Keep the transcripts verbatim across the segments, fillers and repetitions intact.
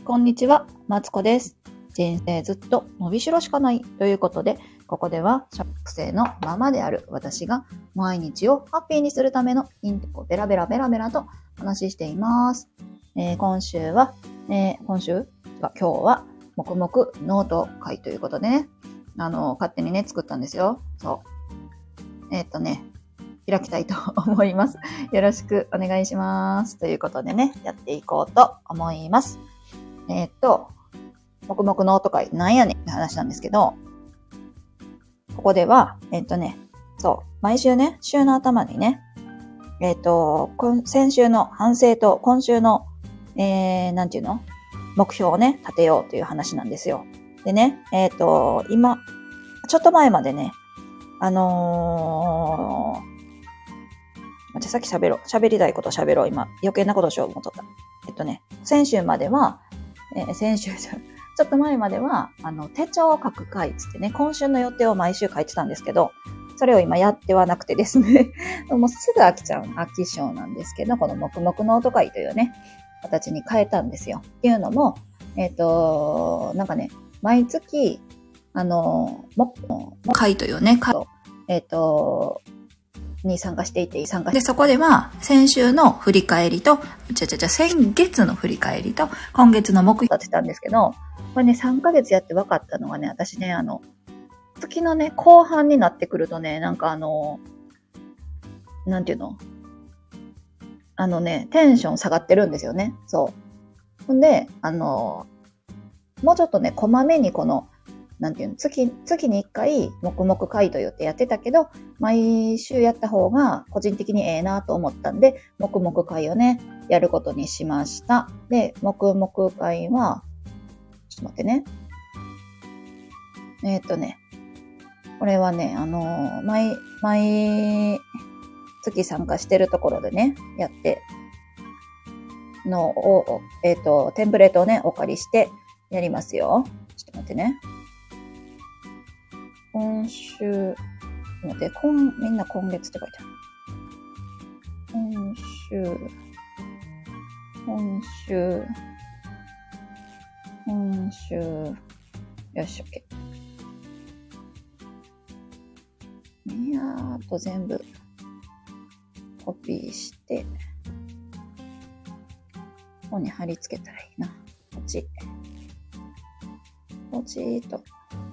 こんにちは、マツコです。人生ずっと伸びしろしかないということで、ここでは小学生のままである私が毎日をハッピーにするためのヒントをベラベラベラベラと話しています。えー、今週は、えー、今週今日は黙々ノート会ということでね、あの勝手にね作ったんですよ。そう。えっとね、開きたいと思います。よろしくお願いします。ということでね、やっていこうと思います。えっと、黙々ノート会なんやねんって話なんですけど、ここでは、えっとね、そう、毎週ね、週の頭にね、えっと、先週の反省と今週の、えー、なんていうの目標をね、立てようという話なんですよ。でね、えっと、今、ちょっと前までね、あのー、待って、さっき喋ろう。喋りたいこと喋ろう。今、余計なことしよう思っとった。えっとね、先週までは、えー、先週じゃ、ちょっと前までは、あの、手帳を書く会つってね、今週の予定を毎週書いてたんですけど、それを今やってはなくてですね、もうすぐ飽きちゃう、飽き性なんですけど、この黙々ノート会というね、形に変えたんですよ。っていうのも、えっと、なんかね、毎月、あの、も、会というね、会を、えっと、に参加していて、参加して、で、そこでは、先週の振り返りと、ちゃちゃちゃ、先月の振り返りと、今月の目標立てたんですけど、これね、さんかげつやって分かったのがね、私ね、あの、月のね、後半になってくるとね、なんかあの、なんていうのあのね、テンション下がってるんですよね。そう。ほんで、あの、もうちょっとね、こまめにこの、なんていうの、月、月にいっかい、黙々会と言ってやってたけど、毎週やった方が個人的にええなと思ったんで、黙々会をね、やることにしました。で、黙々会は、ちょっと待ってね。えー、っとね、これはね、あのー、毎、毎月参加してるところでね、やって、のを、えー、っと、テンプレートをね、お借りしてやりますよ。ちょっと待ってね。今週、待って、今、みんな今月って書いてある。今週、今週、今週、よし、OK。いやーっと全部コピーして、ここに貼り付けたらいいな。ポチ。ポチーと。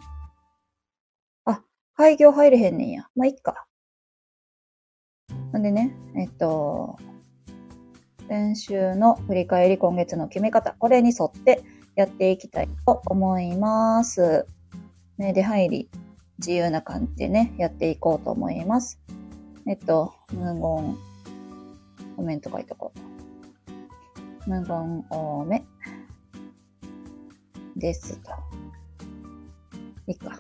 あ、開業入れへんねんや。まあ、いっか。なんでね、えっと、先週の振り返り、今月の決め方、これに沿ってやっていきたいと思います。ね、出入り、自由な感じでね、やっていこうと思います。えっと、無言、コメント書いとこう。無言多めですと。いいか。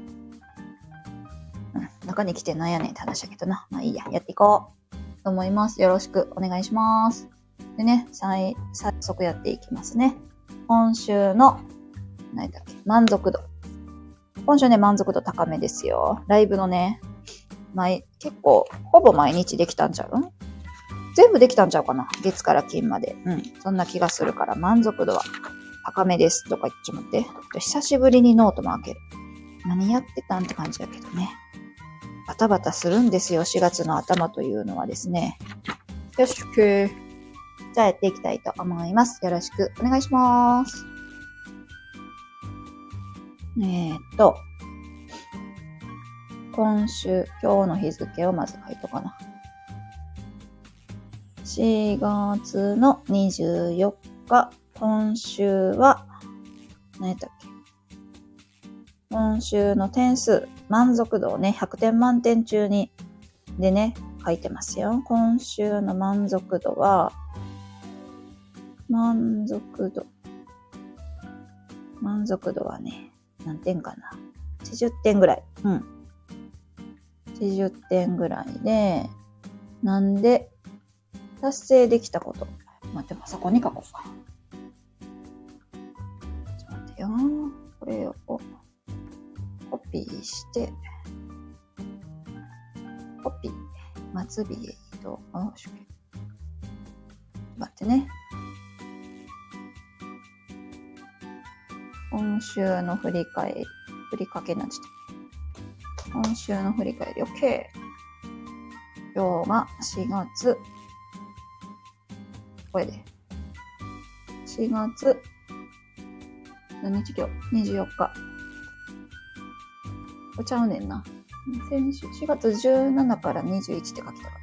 うん、中に来てなんやねんって話だけどな。まあいいや、やっていこうと思います。よろしくお願いします。でね、早速やっていきますね。今週の、何だっけ、満足度。今週ね、満足度高めですよ。ライブのね、毎、結構、ほぼ毎日できたんちゃう？全部できたんちゃうかな？月から金まで。うん。そんな気がするから、満足度は高めです。とか言っちゃって。久しぶりにノートも開ける。何やってたんって感じだけどね。バタバタするんですよ。しがつの頭というのはですね。よし、OK。じゃあやっていきたいと思います。よろしくお願いします。えーっと、今週、今日の日付をまず書いとかな。しがつのにじゅうよっか、今週は、何やったっけ？今週の点数、満足度をね、ひゃくてん満点中に、でね、書いてますよ。今週の満足度は、満足度。満足度はね、何点かな。はちじゅってんぐらい。うん。はちじゅってんぐらいで、なんで、達成できたこと。待って、そこに書こうか。ちょっと待ってよ。これをコピーして、コピー、末尾へ移動。あ、待ってね。 今週の振り返り、振りかけになっちゃった。今週の振り返り、OK。今日がしがつ、これで。しがつ、何日今日 ?にじゅうよっか。これちゃうねんな。先週、しがつじゅうしちからにじゅういちって書きたかった。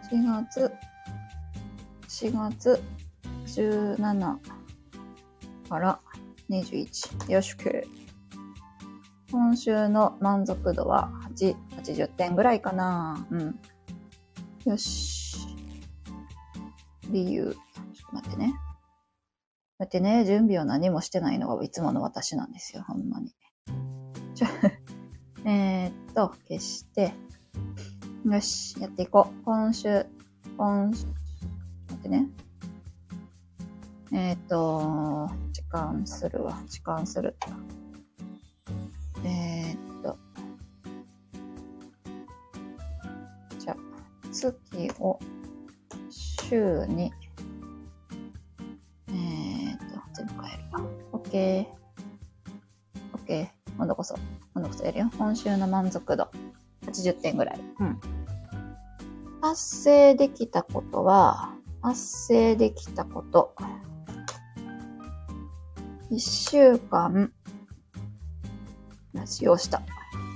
しがつ、しがつじゅうしちからにじゅういち。よし、OK。今週の満足度ははち、はちじゅってんぐらいかな。うん。よし。理由。ちょっと待ってね。だってね、準備を何もしてないのがいつもの私なんですよ、ほんまに。ちょえーっと、消して。よし、やっていこう。今週、今週、待ってね。えーっと、時間するわ。時間する。えーっと。じゃあ、月を週に、えーっと、全部変えるわ。OK。OK。今度こそ、今度こそやるよ。今週の満足度。はちじゅってんぐらい。うん。達成できたことは、達成できたこと。いっしゅうかん、ラジオした。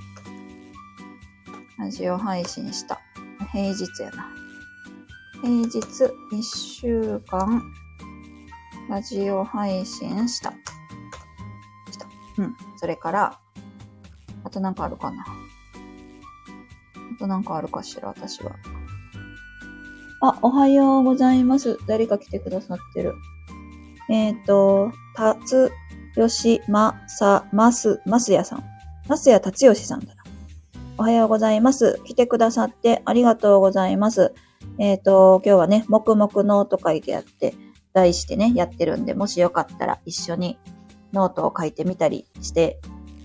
ラジオ配信した。平日やな。平日いっしゅうかん、ラジオ配信した。した。うん。それから、あとなんかあるかな。あとなんかあるかしら、私は。あ、おはようございます。誰か来てくださってる。えっ、ー、と、たつよしまさますますやさん。ますやたつよしさんだな。おはようございます。来てくださってありがとうございます。えっ、ー、と、今日はね、黙々ノート書いてやって、題してね、やってるんで、もしよかったら一緒にノートを書いてみたりして。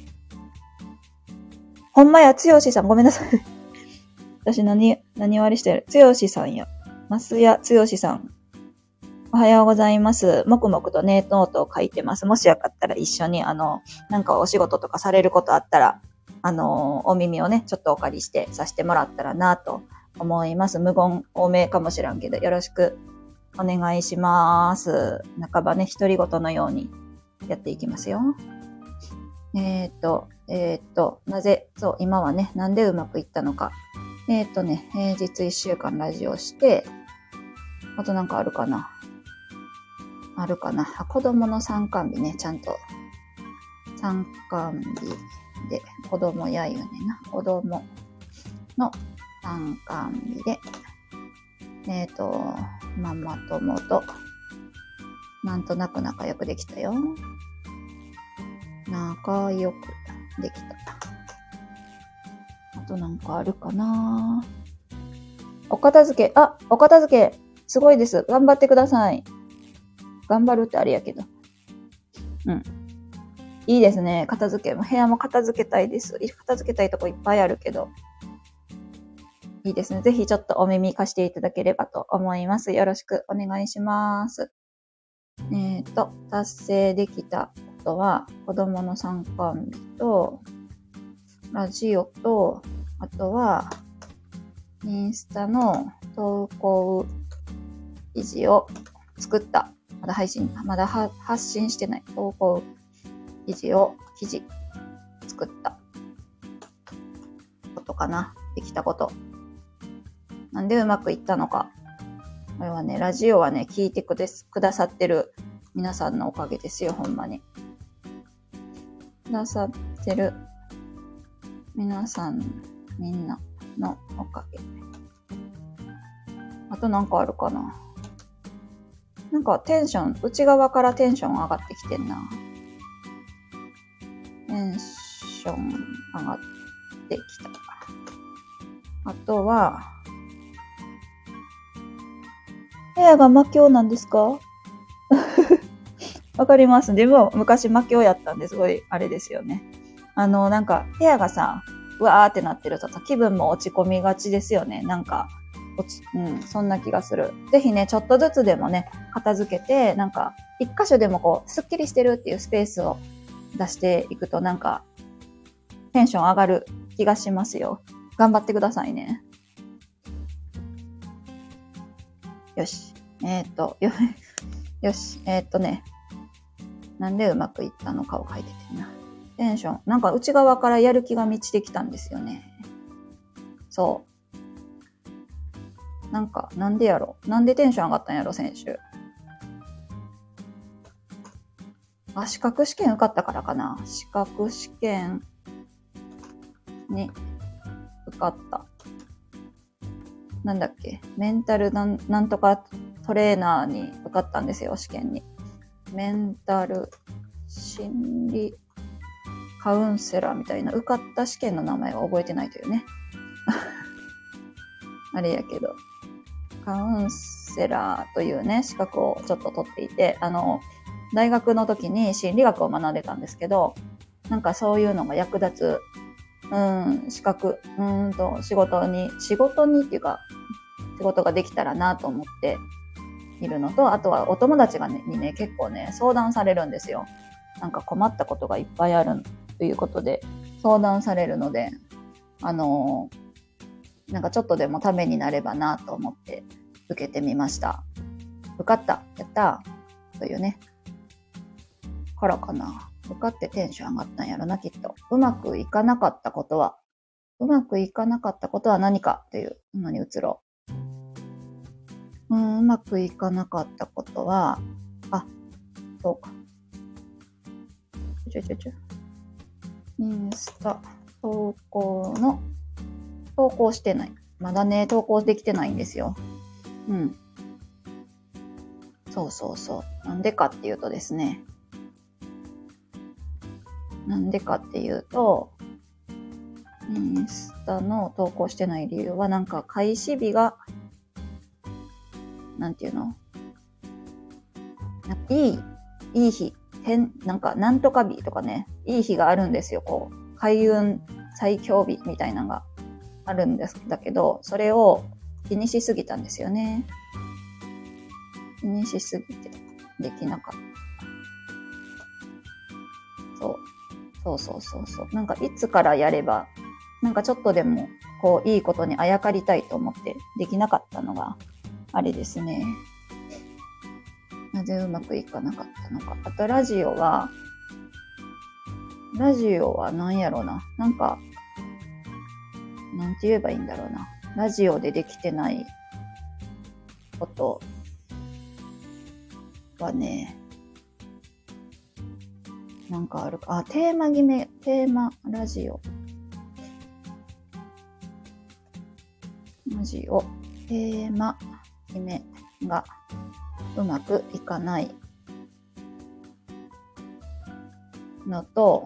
ほんまや、つよしさん、ごめんなさい。私何、何割してるつよしさんや。ますやつよしさん。おはようございます。もくもくとね、ノートを書いてます。もしよかったら一緒に、あの、なんかお仕事とかされることあったら、あの、お耳をね、ちょっとお借りしてさせてもらったらなと思います。無言多めかもしらんけど、よろしくお願いします。半ばね、独り言のようにやっていきますよ。えっと、えっと、なぜ、そう、今はね、なんでうまくいったのか。えっとね、平日いっしゅうかんラジオして、あとなんかあるかな。あるかな。あ、子供の参観日ね、ちゃんと。参観日で、子供や言うねんな。子供の参観日で、えっと、ママ友と、なんとなく仲良くできたよ。仲良くできた。あとなんかあるかな。お片付け、あ、お片付け、すごいです。頑張ってください。頑張るってあれやけど。うん。いいですね。片付けも。部屋も片付けたいです。片付けたいとこいっぱいあるけど。いいですね。ぜひちょっとお耳貸していただければと思います。よろしくお願いします。えっと、達成できたことは、子供の参観日と、ラジオと、あとは、インスタの投稿記事を作った。まだ配信、まだ発信してない投稿記事を、記事作ったことかな。できたこと。なんでうまくいったのか。これはね、ラジオはね、聞いてくださってる皆さんのおかげですよ、ほんまに。くださってる皆さん、みんなのおかげ。あとなんかあるかな。なんかテンション、内側からテンション上がってきてんな。テンション上がってきた。あとは、部屋が魔境なんですか？わかります。自分は昔魔境やったんですごい、あれですよね。あの、なんか、部屋がさ、うわーってなってるとさ、気分も落ち込みがちですよね。なんか、 落ち、うん、そんな気がする。ぜひね、ちょっとずつでもね、片付けて、なんか、一箇所でもこう、スッキリしてるっていうスペースを出していくと、なんか、テンション上がる気がしますよ。頑張ってくださいね。よし。えーっと、よ、よし。えーっとね、なんでうまくいったのかを書いててな。テンション。なんか内側からやる気が満ちてきたんですよね。そう。なんか、なんでやろ。なんでテンション上がったんやろ、先週。あ、資格試験受かったからかな。資格試験に受かった。なんだっけ。メンタルなん、なんとかトレーナーに受かったんですよ、試験に。メンタル心理カウンセラーみたいな受かった試験の名前は覚えてないというね。あれやけど。カウンセラーというね、資格をちょっと取っていて、あの、大学の時に心理学を学んでたんですけど、なんかそういうのが役立つ、うん、資格、うんと、仕事に、仕事にっていうか、仕事ができたらなと思っているのと、あとはお友達がね、にね、結構ね、相談されるんですよ。なんか困ったことがいっぱいあるということで、相談されるので、あのー、なんかちょっとでもためになればなと思って受けてみました。受かった。やったーというね。からかな。受かってテンション上がったんやろな、きっと。うまくいかなかったことは、うまくいかなかったことは何かというのに移ろう。うん、うまくいかなかったことは、あ、そうか。ちょちょちょ。インスタ、投稿の、投稿してない。まだね、投稿できてないんですよ。うん。そうそうそう。なんでかっていうとですね。なんでかっていうと、インスタの投稿してない理由は、なんか開始日が、なんていうの？いい、いい日、変、なんか、なんとか日とかね、いい日があるんですよ。こう、開運最強日みたいなのがあるんですだけど、それを気にしすぎたんですよね。気にしすぎてできなかった。そう。そうそうそうそう。なんかいつからやれば、なんかちょっとでも、こう、いいことにあやかりたいと思ってできなかったのが、あれですね。なぜうまくいかなかったのか。あと、ラジオは、ラジオは何やろうな。なんか、なんて言えばいいんだろうな。ラジオでできてないことはね、なんかあるか。あ、テーマ決め、テーマ、ラジオ。ラジオ、テーマ決めがうまくいかないのと、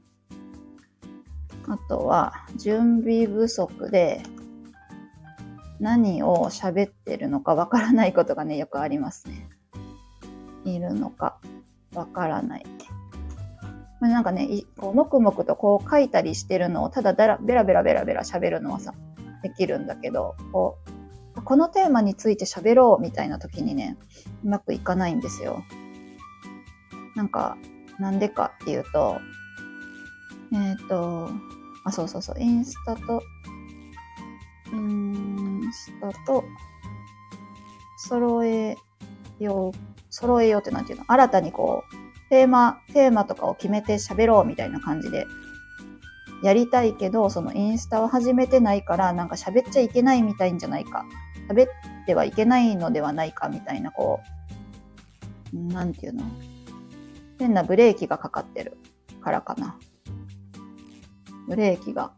あとは準備不足で何を喋ってるのかわからないことがね、よくありますね。いるのかわからない。なんかね、こう黙々とこう書いたりしてるのをただだらベラベラベラベラ喋るのはさ、できるんだけど、こう、このテーマについて喋ろうみたいな時にね、うまくいかないんですよ。なんか、なんでかっていうと、えっと、あ、そうそうそう、インスタと、インスタと、揃えよう、揃えようってなんていうの？新たにこう、テーマ、テーマとかを決めて喋ろうみたいな感じでやりたいけど、そのインスタを始めてないから、なんか喋っちゃいけないみたいんじゃないか。喋ってはいけないのではないかみたいな、こう、なんていうの？変なブレーキがかかってるからかな。ブレーキが、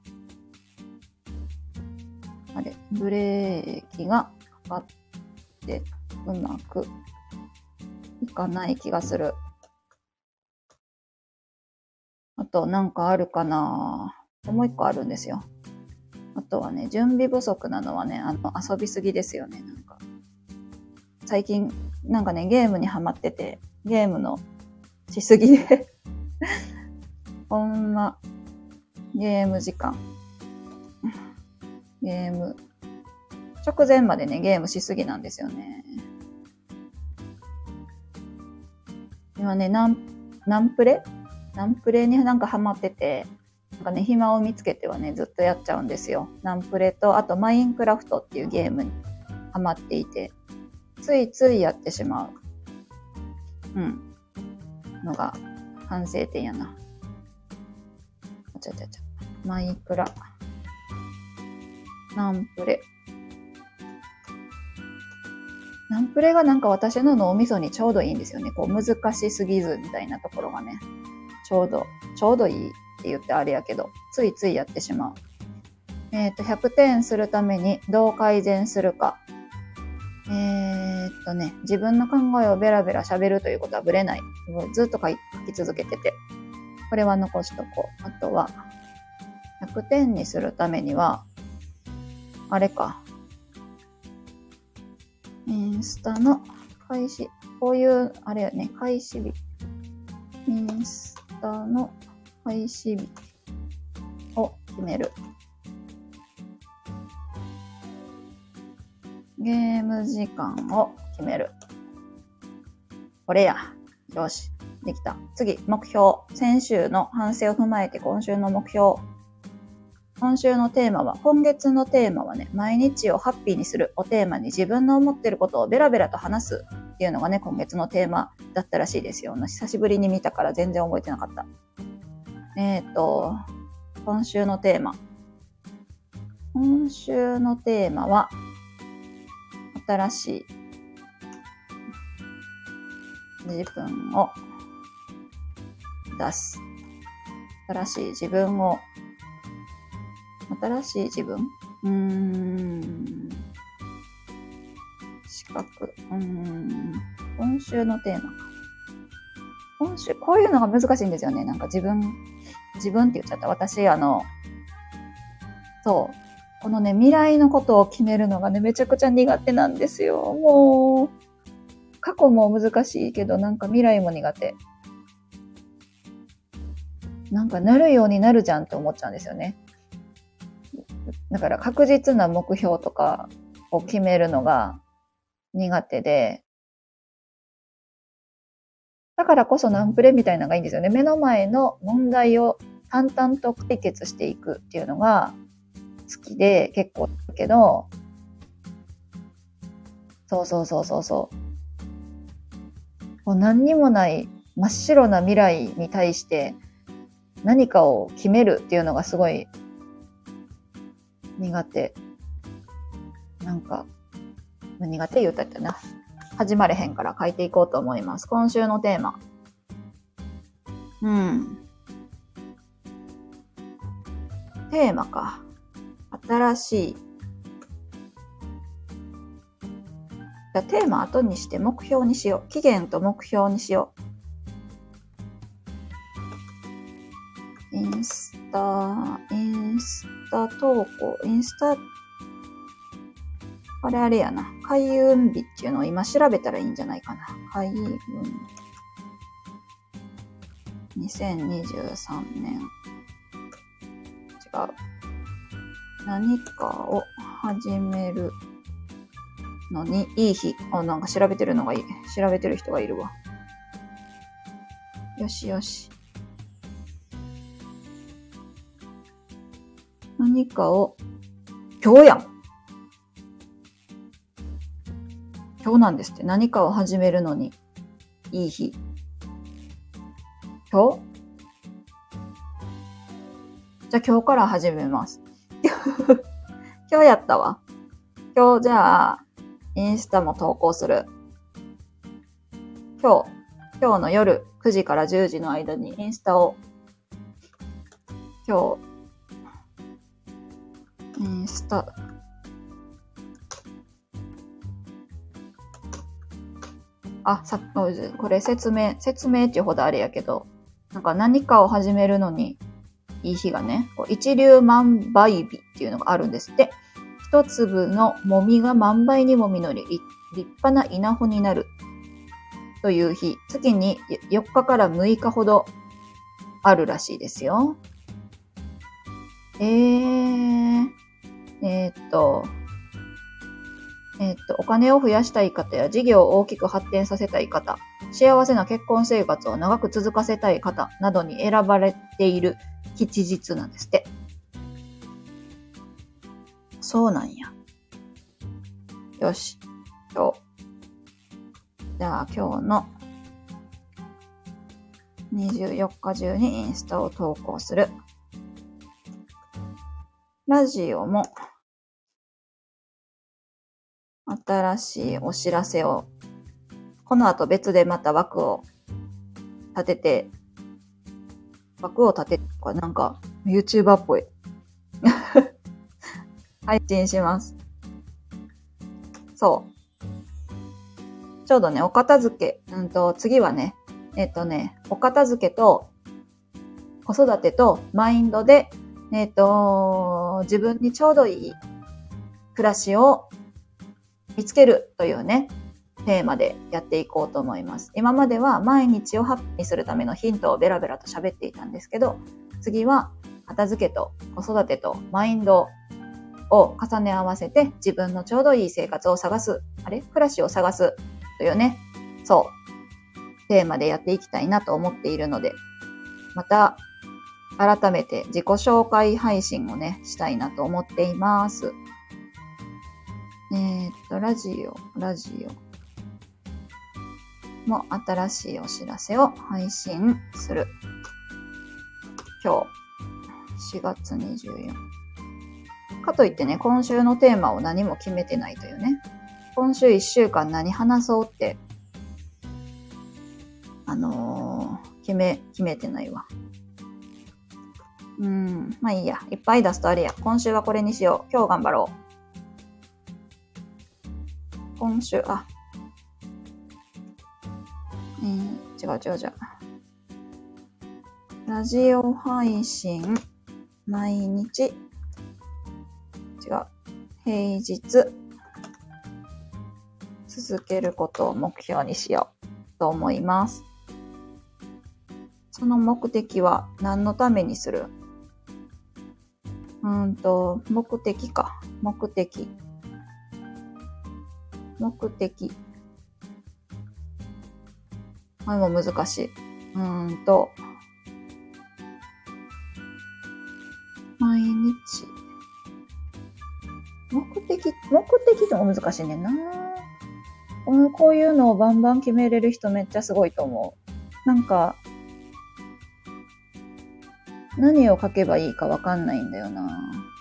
あれ、ブレーキがかかってうまくいかない気がする。あと、なんかあるかな？もう一個あるんですよ。あとはね、準備不足なのはね、あの、遊びすぎですよね、なんか。最近、なんかね、ゲームにハマってて、ゲームのしすぎで、ほんま、ゲーム時間。ゲーム直前までね、ゲームしすぎなんですよね。今ね、ナン、ナンプレナンプレになんかハマってて、なんかね、暇を見つけてはね、ずっとやっちゃうんですよ。ナンプレと、あとマインクラフトっていうゲームにハマっていて、ついついやってしまう。うん。のが反省点やな。ちゃちゃちゃ。マイクラ。ナンプレ。ナンプレがなんか私の脳みそにちょうどいいんですよね。こう難しすぎずみたいなところがね。ちょうど、ちょうどいいって言ってあれやけど、ついついやってしまう。えっと、ひゃくてんするためにどう改善するか。えー、っとね、自分の考えをベラベラ喋るということはぶれない。ずっと書き続けてて。これは残しとこう。あとは、ひゃくてんにするためには、あれか。インスタの開始。こういう、あれやね、開始日。インスタの開始日を決める。ゲーム時間を決める。これや。よし。できた。次、目標。先週の反省を踏まえて今週の目標。今週のテーマは、今月のテーマはね、毎日をハッピーにするをテーマに自分の思ってることをベラベラと話すっていうのがね、今月のテーマだったらしいですよ。久しぶりに見たから全然覚えてなかった。えっと、今週のテーマ。今週のテーマは、新しい自分を出す。新しい自分を、新しい自分うーん。資格。うーん。今週のテーマか。今週、こういうのが難しいんですよね。なんか自分、自分って言っちゃった。私、あの、そう。このね、未来のことを決めるのがね、めちゃくちゃ苦手なんですよ。もう、過去も難しいけど、なんか未来も苦手。なんかなるようになるじゃんって思っちゃうんですよね。だから確実な目標とかを決めるのが苦手で、だからこそナンプレみたいなのがいいんですよね。目の前の問題を淡々と解決していくっていうのが好きで結構だけど、そうそうそうそうそう。もう何にもない真っ白な未来に対して何かを決めるっていうのがすごい苦手。なんか、苦手言うたってな。始まれへんから書いていこうと思います。今週のテーマ。うん。テーマか。新しい。じゃあテーマ後にして目標にしよう。期限と目標にしよう。インスタ、インスタ投稿、インスタ、あれあれやな。開運日っていうのを今調べたらいいんじゃないかな。開運。にせんにじゅうさんねん。違う。何かを始めるのにいい日。あ、なんか調べてるのがいい。調べてる人がいるわ。よしよし。何かを、今日やん。今日なんですって。何かを始めるのにいい日。今日？じゃあ今日から始めます。今日やったわ。今日じゃあ、インスタも投稿する。今日、今日の夜くじからじゅうじの間にインスタを、今日、インスタ、あ、さ、これ説明、説明っていうほどあれやけど、なんか何かを始めるのにいい日がね、一粒万倍日っていうのがあるんですって。一粒のもみが万倍にも実り、立派な稲穂になるという日、月によっかからむいかほどあるらしいですよ。えー、えー、っと、 えっと、お金を増やしたい方や事業を大きく発展させたい方、幸せな結婚生活を長く続かせたい方などに選ばれている吉日なんですって。そうなんや。よし。今日。じゃあ今日のにじゅうよっか中にインスタを投稿する。ラジオも新しいお知らせを、この後別でまた枠を立てて、枠を立てて、なんか YouTuber っぽい。配信します。そう。ちょうどね、お片付け、うんと、次はね、えっとね、お片付けと子育てとマインドで、えっと、自分にちょうどいい暮らしを見つけるというね、テーマでやっていこうと思います。今までは毎日をハッピーにするためのヒントをベラベラと喋っていたんですけど、次は片付けと子育てとマインドを重ね合わせて自分のちょうどいい生活を探す、あれ暮らしを探すというね、そう、テーマでやっていきたいなと思っているので、また改めて自己紹介配信をね、したいなと思っています。えー、っと、ラジオ、ラジオも新しいお知らせを配信する。今日、しがつにじゅうよっか。かといってね、今週のテーマを何も決めてないというね。今週いっしゅうかん何話そうって、あのー、決め、決めてないわ。うん、まあいいや。いっぱい出すとあれや。今週はこれにしよう。今日頑張ろう。今週、あ、えー、違う違う違う。ラジオ配信、毎日、違う、平日、続けることを目標にしようと思います。その目的は何のためにする？うーんと、目的か。目的。目的。これも難しい。うーんと、毎日。目的、目的っても難しいねんな。こういうのをバンバン決めれる人めっちゃすごいと思う。なんか、何を書けばいいかわかんないんだよな。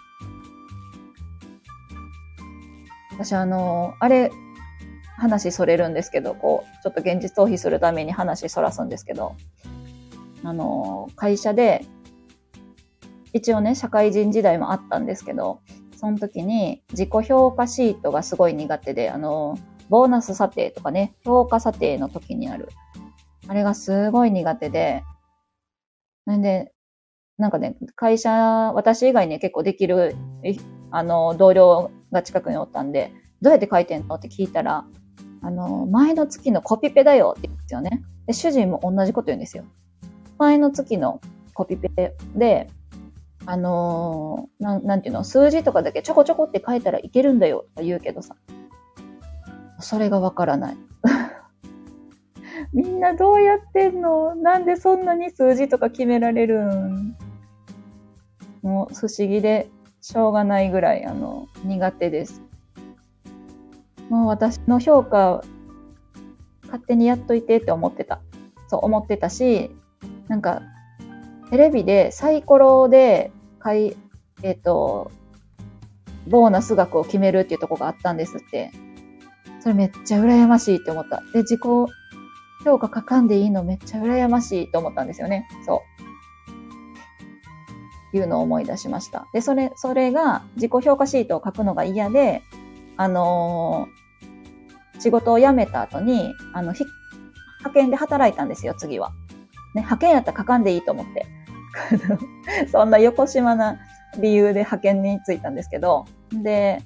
私あの、あれ、話それるんですけど、こう、ちょっと現実逃避するために話そらすんですけど、あの、会社で、一応ね、社会人時代もあったんですけど、その時に自己評価シートがすごい苦手で、あの、ボーナス査定とかね、評価査定の時にある。あれがすごい苦手で、なんで、なんかね、会社、私以外に結構できる、あの、同僚が近くにおったんで、どうやって書いてんのって聞いたら、あの、前の月のコピペだよって言うんですよね。で、主人も同じこと言うんですよ。前の月のコピペで、あのー、なん、なんていうの、数字とかだけちょこちょこって書いたらいけるんだよとか言うけどさ、それがわからない。みんなどうやってんの？なんでそんなに数字とか決められるん？もう不思議でしょうがないぐらい、あの、苦手です。もう私の評価、勝手にやっといてって思ってた。そう思ってたし、なんか、テレビでサイコロで、かい、えっと、ボーナス額を決めるっていうところがあったんですって。それめっちゃ羨ましいって思った。で、自己評価書かんでいいのめっちゃ羨ましいと思ったんですよね。そう。いうのを思い出しました。で、それ、それが自己評価シートを書くのが嫌で、あのー、仕事を辞めた後に、あの、派遣で働いたんですよ、次は。ね、派遣やったら書かんでいいと思って。そんな横島な理由で派遣に就いたんですけど、で、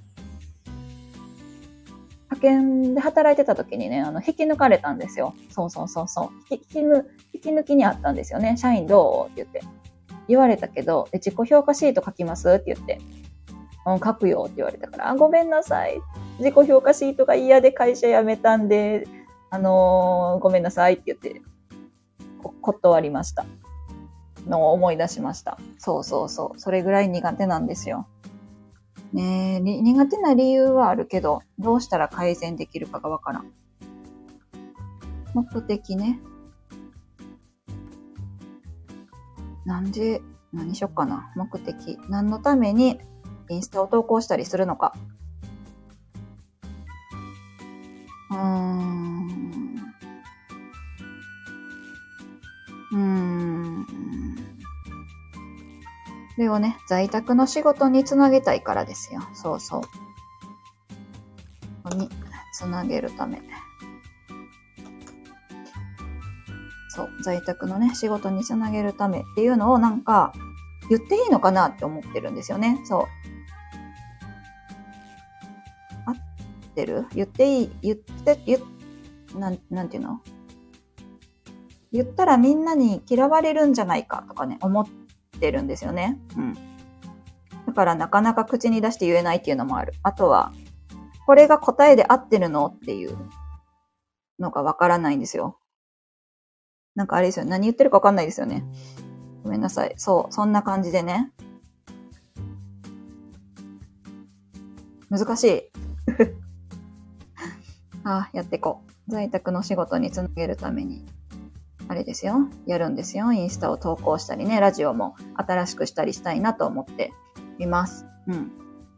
派遣で働いてた時にね、あの、引き抜かれたんですよ。そうそうそうそう。引き抜、引き抜きにあったんですよね。社員どうって言って。言われたけど、自己評価シート書きますって言って。うん、書くよって言われたから、あ、ごめんなさい。 自己評価シートが嫌で会社辞めたんで、あのー、ごめんなさいって言って、断りました。のを思い出しました。そうそうそう。それぐらい苦手なんですよ。ねえ、苦手な理由はあるけど、どうしたら改善できるかがわからん。目的ね。なんで、何しよっかな。目的。何のためにインスタを投稿したりするのか。うーん。うーん。それをね、在宅の仕事につなげたいからですよ。そうそう。ここにつなげるため。そう、在宅のね、仕事につなげるためっていうのをなんか、言っていいのかなって思ってるんですよね。そう。合ってる？言っていい？言って、言っ、なん、なんていうの？言ったらみんなに嫌われるんじゃないかとかね、思ってるんですよね。うん。だからなかなか口に出して言えないっていうのもある。あとは、これが答えで合ってるのっていうのがわからないんですよ。なんかあれですよ。何言ってるかわかんないですよね。ごめんなさい。そう。そんな感じでね。難しい。ああ、やっていこう。在宅の仕事につなげるために。あれですよ。やるんですよ。インスタを投稿したりね。ラジオも新しくしたりしたいなと思っています。うん。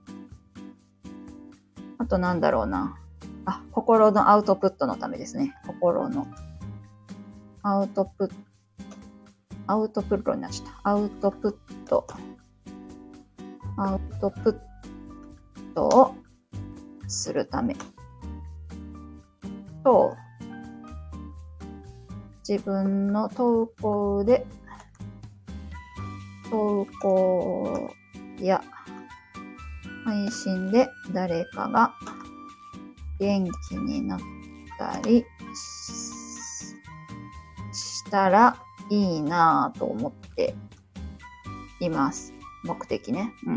あとなんだろうな。あ、心のアウトプットのためですね。心の。アウトプット、アウトプットになっちゃった。アウトプット、アウトプットをするためと、自分の投稿で、投稿や配信で誰かが元気になったりしたらいいなぁと思っています。目的ね。うん。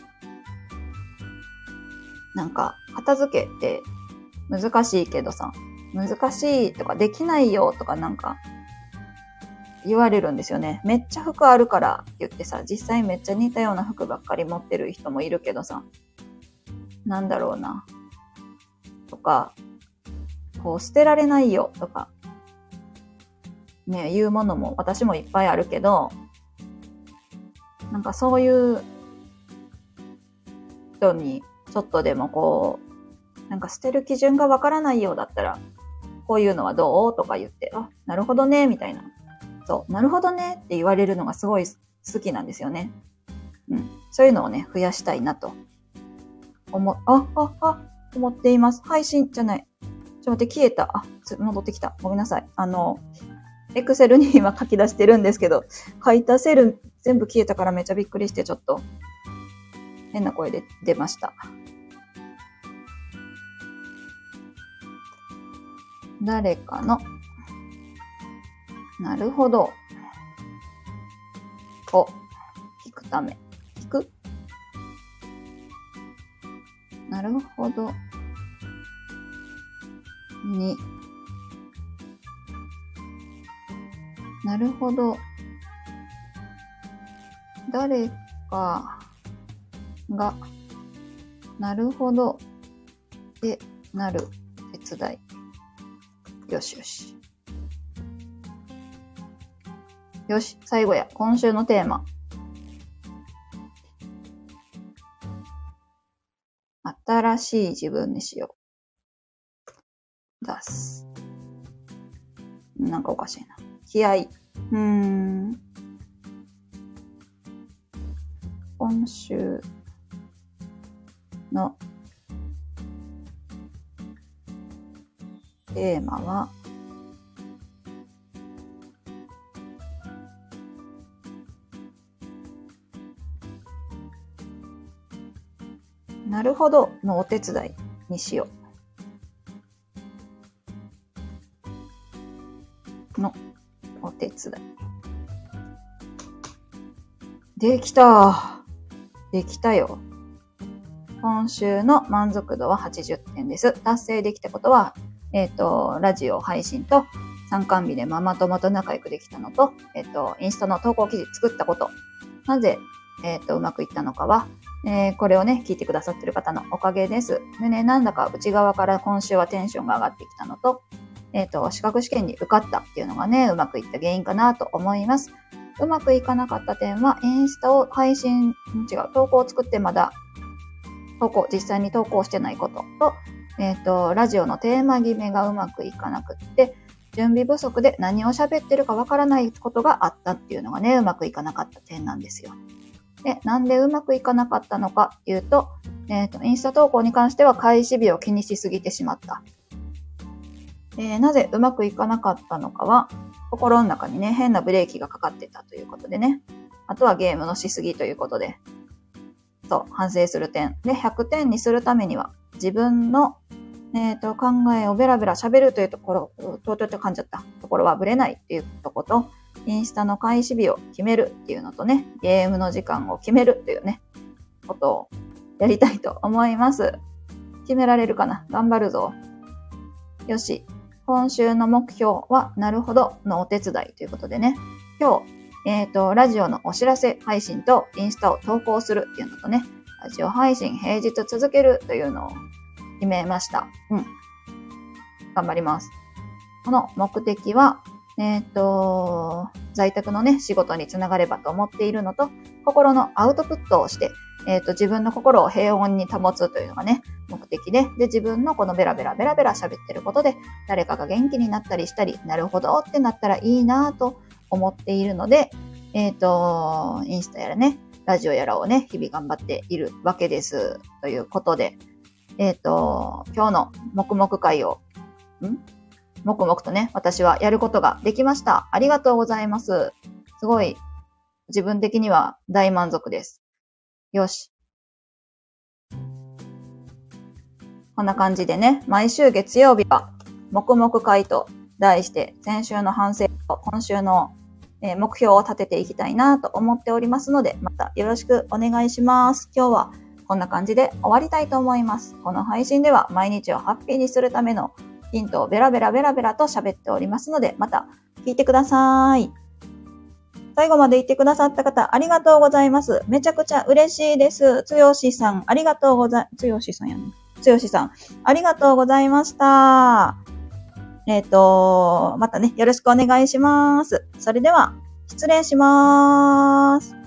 なんか、片付けって難しいけどさ、難しいとかできないよとかなんか言われるんですよね。めっちゃ服あるからって言ってさ、実際めっちゃ似たような服ばっかり持ってる人もいるけどさ、なんだろうな。とか、こう捨てられないよとか、ね、言うものも私もいっぱいあるけど、なんかそういう人にちょっとでもこう、なんか捨てる基準がわからないようだったら、こういうのはどうとか言って、あ、なるほどね、みたいな。そう、なるほどねって言われるのがすごい好きなんですよね。うん。そういうのをね、増やしたいなと。思、あ、あ、あ、思っています。配信じゃない。ちょっと待って、消えた。あ、戻ってきた。ごめんなさい。あの、エクセルに今書き出してるんですけど、書いたセル全部消えたからめっちゃびっくりして、ちょっと変な声で出ました。誰かの、なるほど、を聞くため。聞く？なるほど。に、なるほど。誰かが、なるほど、で、なる手伝い。よしよし。よし、最後や。今週のテーマ。新しい自分にしよう。出す。なんかおかしいな。気合い。うーん。今週のテーマは、なるほどのお手伝いにしよう。のお手伝い。できた。できたよ。 今週の満足度ははちじゅってんです。達成できたことは、えっと、ラジオ配信と、参観日でママ友と仲良くできたのと、えっと、インスタの投稿記事作ったこと。なぜ、えっと、うまくいったのかは、えー、これをね、聞いてくださってる方のおかげです。でね、なんだか内側から今週はテンションが上がってきたのと、えっと、資格試験に受かったっていうのがね、うまくいった原因かなと思います。うまくいかなかった点は、インスタを配信、違う、投稿を作ってまだ、投稿、実際に投稿してないことと、えっと、ラジオのテーマ決めがうまくいかなくって、準備不足で何を喋ってるかわからないことがあったっていうのがね、うまくいかなかった点なんですよ。で、なんでうまくいかなかったのかっていうと、えっと、インスタ投稿に関しては開始日を気にしすぎてしまった。えー、なぜうまくいかなかったのかは、心の中にね、変なブレーキがかかってたということでね。あとはゲームのしすぎということで、そう、反省する点。で、ひゃくてんにするためには、自分の、えっと、考えをベラベラ喋るというところ、とうとうと噛んじゃったところはぶれないっていうところと、インスタの開始日を決めるっていうのとね、ゲームの時間を決めるっていうね、ことをやりたいと思います。決められるかな？頑張るぞ。よし。今週の目標は、なるほどのお手伝いということでね、今日、えっと、ラジオのお知らせ配信とインスタを投稿するっていうのとね、ラジオ配信平日続けるというのを決めました。うん。頑張ります。この目的は、えっと、在宅のね、仕事につながればと思っているのと、心のアウトプットをして、えっと、自分の心を平穏に保つというのがね、目的で、で、自分のこのベラベラベラベラ喋ってることで、誰かが元気になったりしたり、なるほどってなったらいいなぁと思っているので、えっと、インスタやらね、ラジオやらをね、日々頑張っているわけです。ということで、えっと、今日の黙々会を、ん黙々とね、私はやることができました。ありがとうございます。すごい、自分的には大満足です。よし。こんな感じでね、毎週月曜日は、黙々会と題して、先週の反省と今週の目標を立てていきたいなと思っておりますので、またよろしくお願いします。今日はこんな感じで終わりたいと思います。この配信では毎日をハッピーにするためのヒントをベラベラベラベラと喋っておりますので、また聞いてください。最後まで言ってくださった方、ありがとうございます。めちゃくちゃ嬉しいです。つよしさん、ありがとうござい、つよしさんやね。つよしさん、ありがとうございました。えっと、またね、よろしくお願いします。それでは、失礼します。